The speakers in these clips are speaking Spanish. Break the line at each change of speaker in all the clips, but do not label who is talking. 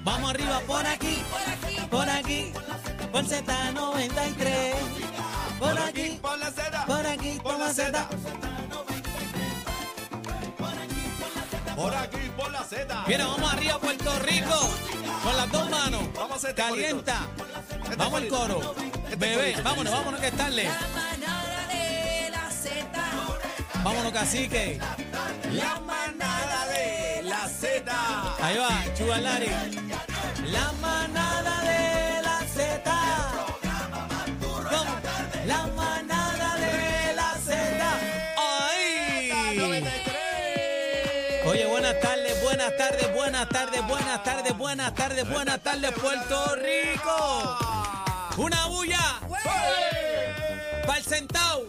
Vamos arriba por aquí, por aquí, por Z93. Por aquí,
por la Z.
por aquí,
por la
toma Z.
Por aquí, por la Z.
Mira, vamos arriba Puerto Rico. Con las dos manos.
Vamos a hacer este
Calienta.
Este
Vamos al
corito.
coro.
Este
Bebé,
corito,
vámonos,
dice.
vámonos que es tarde.
La manada de la Z.
Vámonos, cacique.
La manada de la Z.
Ahí va, Chugalari. La manada de la Z. ¿Cómo? La manada de la Z. ¡Ay!
93.
Oye, buenas tardes, buenas tardes, buenas tardes, buenas tardes, buenas tardes, buenas tardes, Puerto Rico. Una bulla. Pa'l centavo.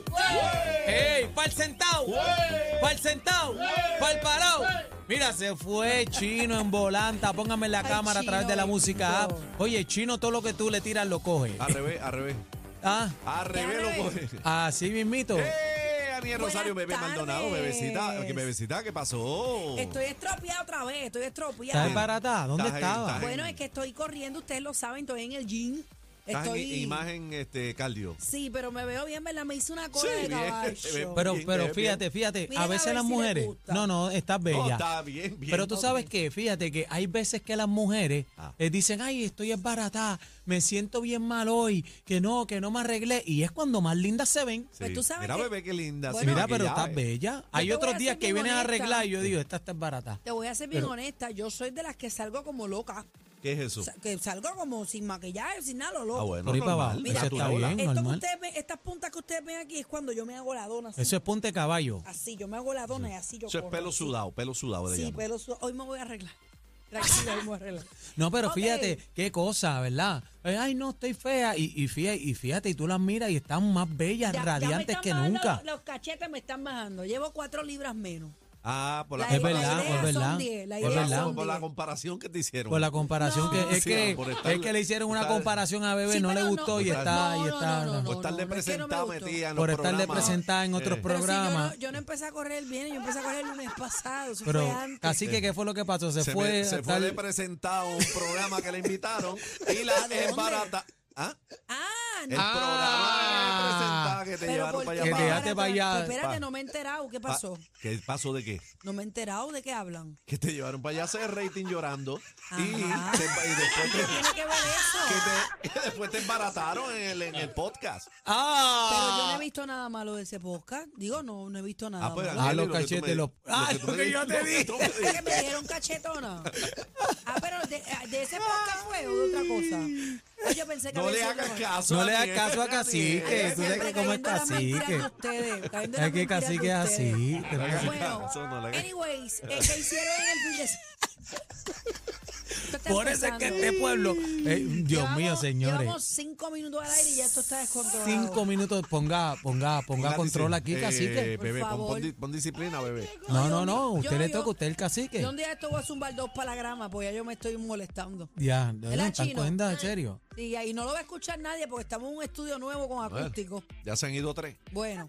¡Ey! Pa'l centavo. Pa'l centavo. Pa'l parao. Mira, se fue Chino en volanta. Póngame la
Ay,
cámara a través de la
Chino,
música app.
bendito.
Oye, Chino, todo lo que tú le tiras lo coge.
Al revés, al revés.
Ah,
Al revés lo coge.
así mismito.
Aniel Rosario,
Buenas
bebé Maldonado,
tardes.
bebecita, ¿qué pasó?
Estoy estropeada otra vez, estoy
¿Estás
estropeada.
barata? ¿Dónde
Estás ahí,
estaba?
estás ahí.
Bueno, es que estoy corriendo, ustedes lo saben, estoy en el gym.
Estás en
Estoy.
imagen cardio.
Sí, pero me veo bien, ¿verdad? Me hice una cola
Sí,
de
bien,
caballo.
te ves
Pero,
bien,
pero
bien.
fíjate,
Miren
a
a
veces
ver
las
si les
mujeres,
gusta.
no, estás
No,
bella.
está bien, bien.
Pero tú sabes
Ok.
que, fíjate que hay veces que las mujeres
Ah.
dicen, ay, estoy esbaratada, me siento bien mal hoy, que no me arreglé. Y es cuando más lindas se ven.
Pues tú sabes
Mira,
que-
bebé, qué linda.
Bueno,
sí,
Mira, pero
maquillaje.
estás bella. Hay
te voy
otros
a
días
ser
que
bien
vienes a
honesta.
arreglar y yo digo, esta está esbaratada.
Te voy a ser bien
Pero-
honesta, yo soy de las que salgo como loca.
¿Qué es eso?
Que salgo como sin maquillaje, sin nada, lo loco.
Ah, bueno,
Por ahí para
normal.
abajo.
Mira,
Eso está bien,
Esto que
normal.
ustedes ven, estas puntas que ustedes ven aquí es cuando yo me hago la dona. Así,
Eso es ponte caballo.
así yo me hago la dona y así yo
Eso es
corro,
pelo
así.
sudado de
Sí,
llama.
pelo sudado. Hoy me voy a arreglar. Tranquila, hoy me voy a arreglar.
No, pero
Ok.
fíjate, qué cosa, ¿verdad? Ay, no, estoy fea. Y fíjate, y tú las miras y están más bellas,
Ya me
radiantes
están
que
bajando
nunca.
Los cachetes me están bajando. Llevo 4 libras menos.
Ah, por la,
La
Es verdad,
idea
es
son
verdad.
10, la
Es
idea
verdad.
son
por la
10.
comparación que te hicieron.
Por la comparación
No.
que es
Sí,
que
por estar-
es que le hicieron una
estar-
comparación a Bebé,
Sí,
no le
pero
gustó y
no,
está,
no,
y
no,
está.
no,
por estar de
no, es que no me
presentada
gustó.
metida en
Por
los
estar de
programas.
presentada en otros
Pero si
programas.
yo no empecé a correr bien, yo empecé a correr el lunes pasado. Eso
Pero
fue antes.
así que, ¿qué fue lo que pasó? Se
Se
fue.
fue
hasta
de
el-
presentado a un programa que le invitaron y la
¿A dónde?
es barata. ¿Ah?
Ah,
El
no.
programa de presentada que te
Pero
llevaron
¿por
para
qué?
Que
allá.
te
para-
dejaste para allá.
Pues espérate,
Pa-
no me he enterado. ¿Qué pasó?
¿Qué pasó de qué?
No me he enterado de qué hablan.
Que te llevaron para allá a hacer rating llorando y,
Ajá.
y después
¿Qué tiene que ver eso?
que después te embarataron en el podcast.
Pero yo no he
¡Ah!
visto nada malo de ese podcast. Digo, no he visto nada
pues,
malo.
Ah,
Ángel,
los
lo que tú
cachetes,
me-
los. ¡Ah,
tú
lo
me
que yo te
lo que
dije!
tú me
¿Es que
dijiste.
me dieron cachetona? Ah, pero de ese podcast fue o de otra cosa. Ah, yo pensé que
No
había
le
sido
hagas
otra-
caso.
No le hagas
Daniel.
caso a
Ay,
Cacique.
yo
Tú sabes
siempre
que cómo es
cayendo en las mentiras
Cacique.
de ustedes, cayendo en
Es
las
que
mentiras
Cacique
de
es
ustedes.
así.
No le hagas
Bueno,
caso, no le hagas-
anyways, ¿qué hicieron en el fin de semana? Esto está
Por eso es que
empezando.
este pueblo. Dios mío,
Llevamos-
señores.
Llevamos 5 minutos al aire y ya esto está descontrolado.
5 minutos. Ponga control aquí, Cacique.
Por
Bebé,
favor.
pon disciplina, bebé.
No.
yo-
Usted le
yo-
toca, usted es el cacique.
Yo un día esto voy a zumbar 2 para la grama, porque ya yo me estoy molestando.
Ya, no
¿Verdad,
están
Chino?
cogiendo en serio.
Y ahí no lo va a escuchar nadie porque estamos en un estudio nuevo con acústico.
Ya se han ido 3.
Bueno.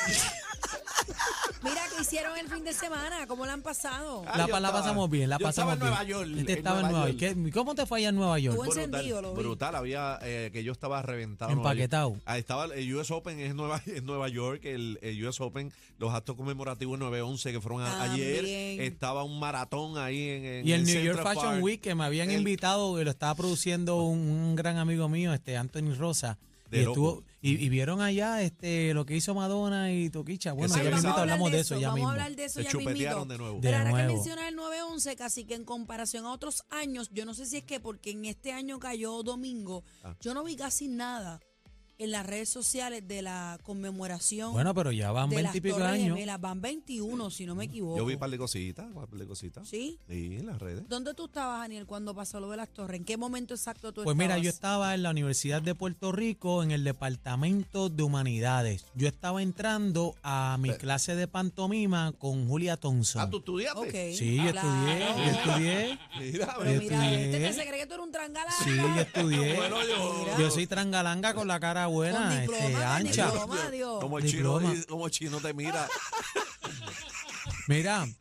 Mira, ¿qué hicieron el fin de semana? ¿Cómo la han pasado?
Ah,
La
yo estaba-
pasamos bien, la
yo
pasamos
estaba en
bien.
Nueva York,
Este
en
estaba en
Nueva
Nueva York. ¿Cómo te fue allá en Nueva York?
Estuvo encendido, lo vi.
Brutal, había que yo estaba reventado. en Nueva York.
Empaquetado.
Ah, estaba el US Open en Nueva York, el US Open, los actos conmemorativos 9/11 que fueron ayer.
También.
Estaba un maratón ahí en
Y el New
Central
York Fashion
Park.
Week que me habían
El-
invitado, que lo estaba produciendo un gran amigo mío, Anthony Rosa.
De
Y,
loco.
y vieron allá lo que hizo Madonna y Toquicha. Bueno,
se
ya
hizo.
mismito
Vamos a
hablamos de eso ya
Vamos
mismo.
a hablar de eso
Se
ya
chupetearon
mismito.
de nuevo.
De
Pero ahora que
nuevo.
menciona el 9/11, casi que en comparación a otros años, yo no sé si es que porque en este año cayó domingo, yo no vi casi nada en las redes sociales de la conmemoración
Bueno, pero ya van
de
20
las
y pico
Torres
años.
Gemelas. Van 21, si no me equivoco.
Yo vi un par de cositas,
¿Sí?
Sí, en las redes.
¿Dónde tú estabas, Daniel, cuando pasó lo de las torres? ¿En qué momento exacto tú
Pues
estabas?
mira, yo estaba en la Universidad de Puerto Rico en el Departamento de Humanidades. Yo estaba entrando a mi clase de pantomima con Julia Thompson.
Ah, ¿tú estudiaste?
Ok.
Sí, yo estudié,
Claro.
yo estudié.
Mira,
Pero
Yo
mira,
estudié.
este que se cree que tú eres un trangalán.
Sí, yo estudié.
Bueno,
Mira.
Yo soy trangalanga con la cara buena,
Con diploma,
ancha.
diploma, Dios.
como el chino,
Diploma.
como el chino te mira.
Mira,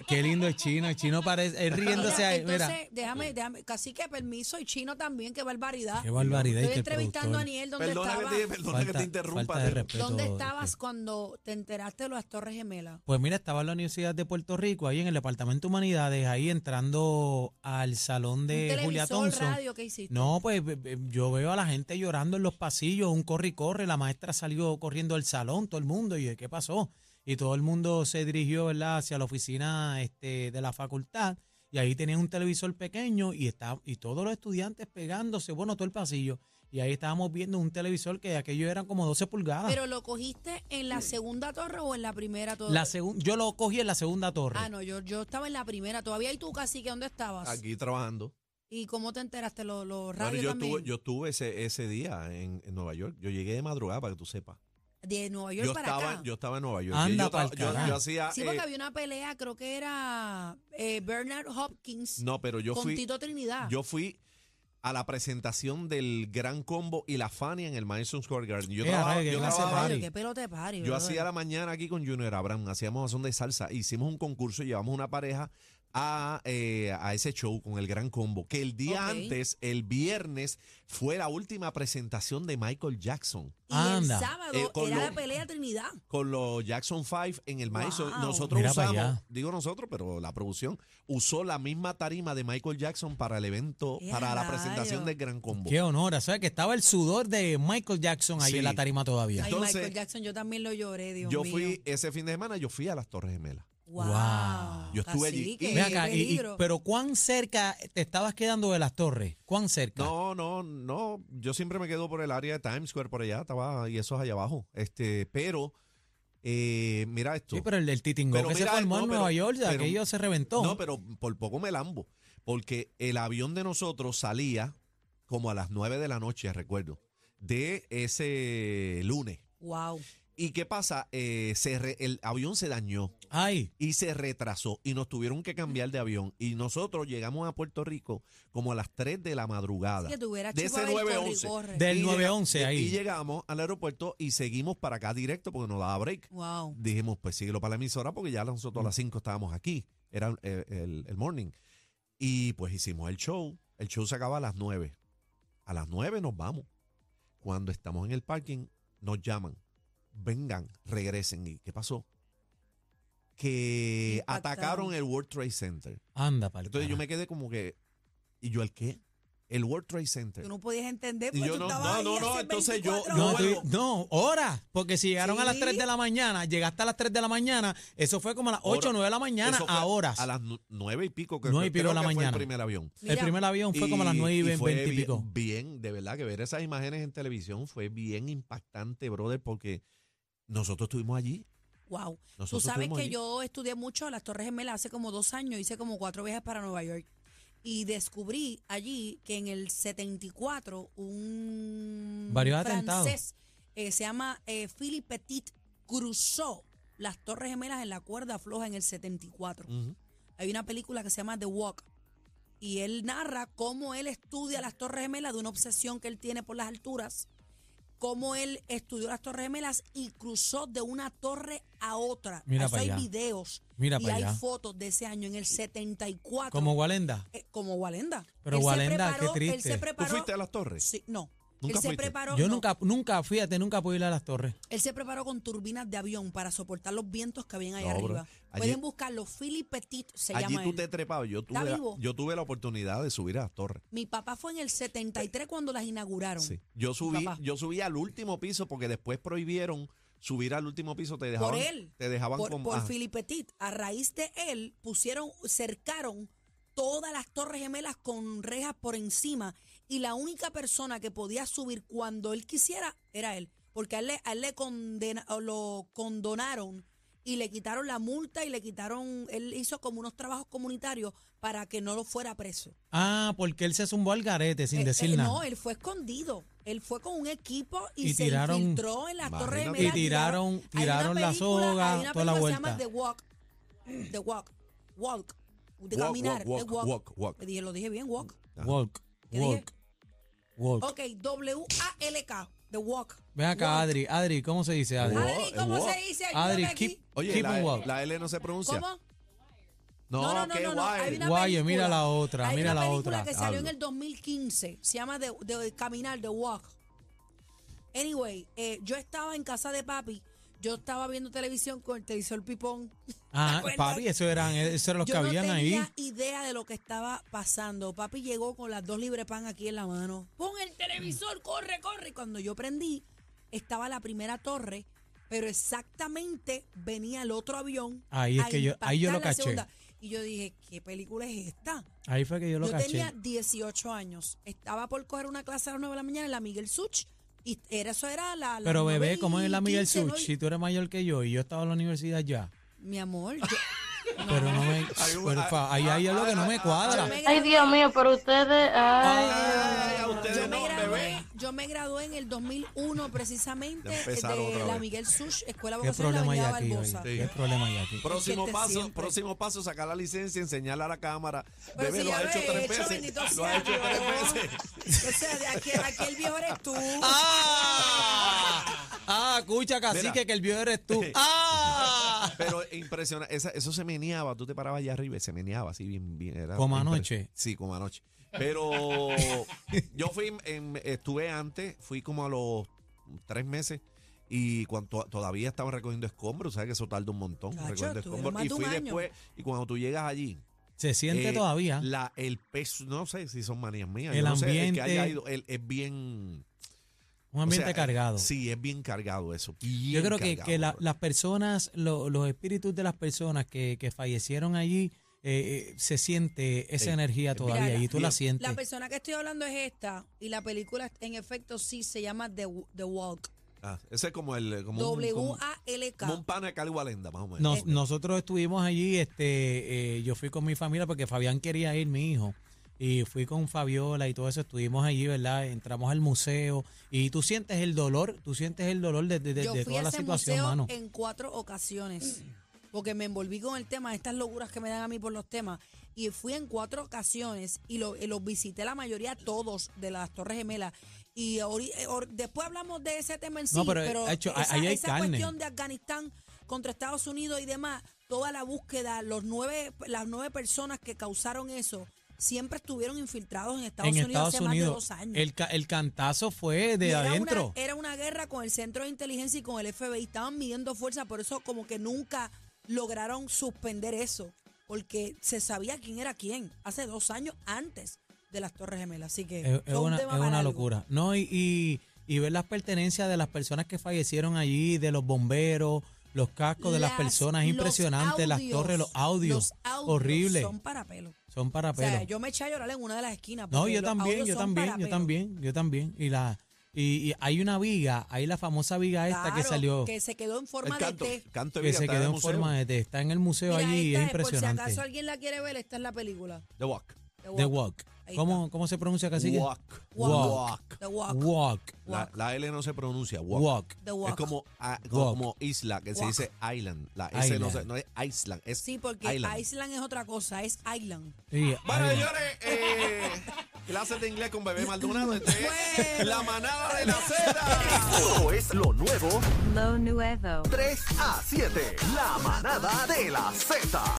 Qué lindo el chino parece, él riéndose ahí, mira.
Entonces, déjame, cacique, permiso, y Chino también, qué barbaridad.
Qué barbaridad.
Estoy entrevistando a Aniel, ¿dónde estabas?
Perdona que te interrumpa.
Falta de respeto.
¿Dónde estabas cuando te enteraste de las Torres Gemelas?
Pues mira, estaba en la Universidad de Puerto Rico, ahí en el Departamento de Humanidades, ahí entrando al salón de
¿Un
Julia
televisor,
Thompson.
radio, qué hiciste?
No, pues yo veo a la gente llorando en los pasillos, un corre y corre, la maestra salió corriendo al salón, todo el mundo, y yo, ¿qué pasó? Y todo el mundo se dirigió, ¿verdad?, hacia la oficina de la facultad, y ahí tenían un televisor pequeño y todos los estudiantes pegándose, bueno, todo el pasillo, y ahí estábamos viendo un televisor que aquello eran como 12 pulgadas.
¿Pero lo cogiste en la segunda torre o en la primera torre?
Yo lo cogí en la segunda torre.
Ah, no, yo estaba en la primera. ¿Todavía? ¿Y tú, cacique, dónde estabas?
Aquí trabajando.
¿Y cómo te enteraste? ¿Los
Bueno,
radios
yo
también?
estuve ese día en Nueva York. Yo llegué de madrugada, para que tú sepas.
¿De Nueva York para acá?
Yo estaba en Nueva York.
Anda
yo,
pa'l carajo.
yo hacía...
Sí, porque había una pelea, creo que era Bernard Hopkins
no, pero yo
con
fui...
Tito Trinidad.
Yo fui a la presentación del Gran Combo y la Fania en el Madison Square Garden. Yo
Qué
trabajaba,
qué
yo
clase de
trabajaba-
party.
Qué pelote party,
yo
brother.
hacía la mañana aquí con Junior Abraham, hacíamos son de salsa, hicimos un concurso y llevamos una pareja a ese show con el Gran Combo, que el día
Ok.
antes, el viernes, fue la última presentación de Michael Jackson.
Y
Anda.
el sábado
con
era
lo-
la pelea Trinidad.
Con los Jackson 5 en el Madison.
Wow.
Nosotros
Mira pa'
usamos,
allá.
digo nosotros, pero la producción usó la misma tarima de Michael Jackson para el evento,
¡Qué
para la
rayos!
presentación del Gran Combo.
Qué honor, o sea que estaba el sudor de Michael Jackson ahí
Sí.
en la tarima todavía.
Ay,
Entonces,
Michael Jackson, yo también lo lloré, Dios
Yo
mío.
fui ese fin de semana, yo fui a las Torres Gemelas.
Wow.
Wow.
Yo estuve allí.
Cacique,
Y-
Ve
qué
acá,
peligro.
pero ¿cuán cerca te estabas quedando de las torres? ¿Cuán cerca?
No. Yo siempre me quedo por el área de Times Square, por allá, y eso es allá abajo. Pero, mira esto.
Sí, pero el titingó
Pero
que se
mira,
formó
no,
en
pero-
Nueva York,
pero-
aquello se reventó.
No, pero por poco me lambo. Porque el avión de nosotros salía como a las 9 de la noche, recuerdo, de ese lunes.
Wow.
¿Y qué pasa? El avión se dañó
Ay,
y se retrasó y nos tuvieron que cambiar de avión. Y nosotros llegamos a Puerto Rico como a las 3 de la madrugada.
Que tuviera
de ese
chico a ver, corre y
911.
corre.
del
Y
911 ahí.
Y llegamos al aeropuerto y seguimos para acá directo porque nos daba break.
Wow.
Dijimos, pues síguelo para la emisora porque ya nosotros a las 5 estábamos aquí. Era el morning. Y pues hicimos el show. El show se acaba a las 9. A las 9 nos vamos. Cuando estamos en el parking, nos llaman. Vengan, regresen. ¿Y qué pasó? Que
Impactaron.
atacaron el World Trade Center.
Anda, pa'l
Entonces yo
carajo.
me quedé como que, ¿y yo el qué? El World Trade Center.
Tú no podías entender
Y
porque
yo
tú
no,
estabas
no,
ahí
no, no,
hace
entonces yo-
24
No,
horas.
bueno.
no, horas, porque si llegaron a las
Sí.
3 de la mañana, llegaste a las 3 de la mañana, eso fue como a las 8 o 9 de la mañana,
Eso fue
a horas.
A las 9 y pico.
9 y pico
creo
de la
que fue
mañana.
el primer avión.
Mira,
el primer avión fue como a las 9 y
fue
20 y pico.
bien, de verdad, que ver esas imágenes en televisión fue bien impactante, brother, porque nosotros estuvimos allí.
Wow. Tú
Nosotros
sabes
estuvimos
que
allí.
yo estudié mucho las Torres Gemelas hace como 2 años, hice como 4 viajes para Nueva York. Y descubrí allí que en el 74 un
Varios atentados.
francés se llama Philippe Petit cruzó las Torres Gemelas en la cuerda floja en el 74.
Ujú.
Hay una película que se llama The Walk y él narra cómo él estudia las Torres Gemelas de una obsesión que él tiene por las alturas, cómo él estudió las Torres Gemelas y cruzó de una torre a otra.
Mira
Eso
pa'
hay
allá.
videos
Mira
y
pa'
hay
allá.
fotos de ese año en el 74.
Como Walenda.
Como Walenda.
Pero
Él se
Walenda,
preparó-
qué
Él
triste.
se
¿Tú
preparó.
¿Tú fuiste a las torres?
Sí, no.
¿Nunca
él se
fuiste?
preparó.
Yo
no.
nunca, fíjate, nunca pude ir a las torres.
Él se preparó con turbinas de avión para soportar los vientos que habían allá
No, bro.
arriba.
Allí-
Pueden buscarlo. Philippe Petit se
Allí
llama
tú
él.
te trepabas.
¿Está vivo?
Yo tuve la oportunidad de subir a las torres.
Mi papá fue en el 73 cuando las inauguraron.
Sí. Yo
papá.
subí al último piso porque después prohibieron subir al último piso. Te dejaban,
Por él.
Te dejaban
por
como.
por
ajá.
Philippe Petit. A raíz de él, cercaron todas las Torres Gemelas con rejas por encima. Y la única persona que podía subir cuando él quisiera era él. Porque a él lo condonaron y le quitaron la multa y le quitaron. Él hizo como unos trabajos comunitarios para que no lo fuera preso.
Ah, porque él se zumbó al garete sin decir nada.
No, él fue escondido. Él fue con un equipo y,
Y
se
tiraron-
infiltró en las Torres
Imagínate.
Gemelas.
Y tiraron
Hay una
la
película-
soga,
hay una
toda la
película que se llama
vuelta.
The Walk. The Walk. Walk. De
Walk,
caminar.
walk,
The walk.
walk.
Lo dije bien, walk.
Walk,
¿Qué dije?
walk, walk.
Ok, W-A-L-K. The Walk.
Ven acá,
Walk.
Adri, ¿cómo se dice, Adri?
Walk.
Adri, ¿cómo
Walk.
se dice?
Adri,
Ayúdame aquí.
keep
Oye,
on walk.
la L no se pronuncia.
¿Cómo?
No, qué guay.
Hay una
Guay,
película.
mira la otra,
Hay
mira
una
la
película
otra.
que salió en
Hablo.
el 2015. Se llama de Caminar, The Walk. Anyway, yo estaba en casa de papi. Yo estaba viendo televisión con el televisor pipón.
Ah,
acuerdas?
papi, esos eran los que
Yo no
habían ahí.
tenía idea de lo que estaba pasando. Papi llegó con las 2 libres pan aquí en la mano. Pon el televisor, corre, corre. Y cuando yo prendí, estaba la primera torre, pero exactamente venía el otro avión.
Ahí es
a
que yo lo
impactar la
caché.
segunda. Y yo dije, ¿qué película es esta?
Ahí fue que yo lo
Yo
caché.
tenía 18 años. Estaba por coger una clase a las 9 de la mañana en la Miguel Such. Y eso era la.
Pero
las
bebé,
9
¿cómo es la
y
Miguel
15,
Such?
¿no?
Si tú eres mayor que yo y yo estaba en la universidad ya.
Mi amor,
Pero no me. Ahí hay algo que no me cuadra.
yo me
Ay, Dios mío, pero ustedes. Ay,
Ay, a
Dios.
ustedes no, bebé.
Yo me gradué en el 2001 precisamente
Ya empezaron otra
de la
vez.
Miguel Such, Escuela
¿Qué
Vocacional de la
problema hay
Avenida
aquí hoy?
Barbosa.
Sí.
¿Qué problema hay aquí?
Próximo
que
paso,
siempre.
próximo paso, sacar la licencia, enseñarla a la cámara.
Pero
Bebé,
si
lo
ya
ha
lo
hecho
he
3
hecho,
veces.
bendito
Lo
sea
ha hecho 3
Dios.
veces.
O sea, aquí el viejo eres tú.
Escucha, cacique,
Mira.
que el viejo eres tú. ¡Ah!
Pero impresionante. Eso se meneaba. Tú te parabas allá arriba y se meneaba así bien. Era
Como anoche.
Sí, como anoche. Pero yo estuve antes, fui como a los 3 meses y cuando todavía estaban recogiendo escombros, ¿sabes que eso tarda un montón?
Chacho,
recogiendo
estuvieron
escombros.
más
Y
de un
fui
año.
después, y cuando tú llegas allí,
Se siente todavía.
el peso, no sé si son manías mías.
El
yo no sé, el que
ambiente.
haya ido, es bien.
Un ambiente
o sea,
cargado.
Sí, es bien cargado eso. Bien
Yo creo que
cargado, bro.
las personas, los espíritus de las personas que fallecieron allí, se siente esa
Sí.
energía todavía
Mira,
y tú la sientes.
La persona que estoy hablando es esta y la película en efecto sí se llama The Walk.
Ese es como el. Como un
W-A-L-K.
pana de Cali Walenda, más o menos.
Nosotros estuvimos allí, yo fui con mi familia porque Fabián quería ir, mi hijo, y fui con Fabiola y todo eso, estuvimos allí, ¿verdad? Entramos al museo y tú sientes el dolor
Yo
de
fui
toda
a
la
ese
situación,
museo
mano.
en 4 ocasiones porque me envolví con el tema, estas locuras que me dan a mí por los temas. Y fui en 4 ocasiones y los visité la mayoría, todos, de las Torres Gemelas. Y después hablamos de ese tema en sí,
No, pero, hecho, ahí hay
esa
carne.
cuestión de Afganistán contra Estados Unidos y demás, toda la búsqueda, las 9 personas que causaron eso, siempre estuvieron infiltrados en Estados Unidos hace más de 2 años.
El cantazo fue
Y
de
era
adentro.
Era una guerra con el Centro de Inteligencia y con el FBI. Estaban midiendo fuerza, por eso como que nunca lograron suspender eso. Porque se sabía quién era quién hace 2 años antes de las Torres Gemelas. Así que
Es
fue un
una,
tema
es
para
una
algo.
locura. No, y ver las pertenencias de las personas que fallecieron allí, de los bomberos, los cascos de las personas, es
los
impresionante, las
audios,
torres, los audios, horrible.
Son para pelo.
Son para
O sea,
pelo.
yo me eché a llorar en una de las esquinas.
No,
porque
yo
los
también,
audios
yo
son
también,
para
yo
pelo.
también, yo también. Y hay una viga, hay la famosa viga esta que
Claro,
salió,
que se quedó en forma
El canto,
de T.
canto de
que
vida
se
está
quedó
el
en
museo.
forma de T. Está en el museo
Mira,
allí,
esta
es
por si
impresionante.
acaso alguien la quiere ver, esta es la película.
The Walk.
The Walk.
Ahí
¿Cómo se pronuncia, cacique?
Walk.
Walk.
The Walk.
Walk.
La L no se pronuncia. Walk.
Walk.
The Walk.
Es como
Walk.
isla, que se
Walk.
dice island. La S
Island.
no es Island, es
Sí, porque
Island.
Island es otra cosa, es Island.
Sí,
Bueno,
ahí va.
señores, clases de inglés con Bebé Maldonado. Este es
Bueno.
la manada de la Z.
Esto es lo nuevo
Lo nuevo.
3 a 7. La manada de la Z.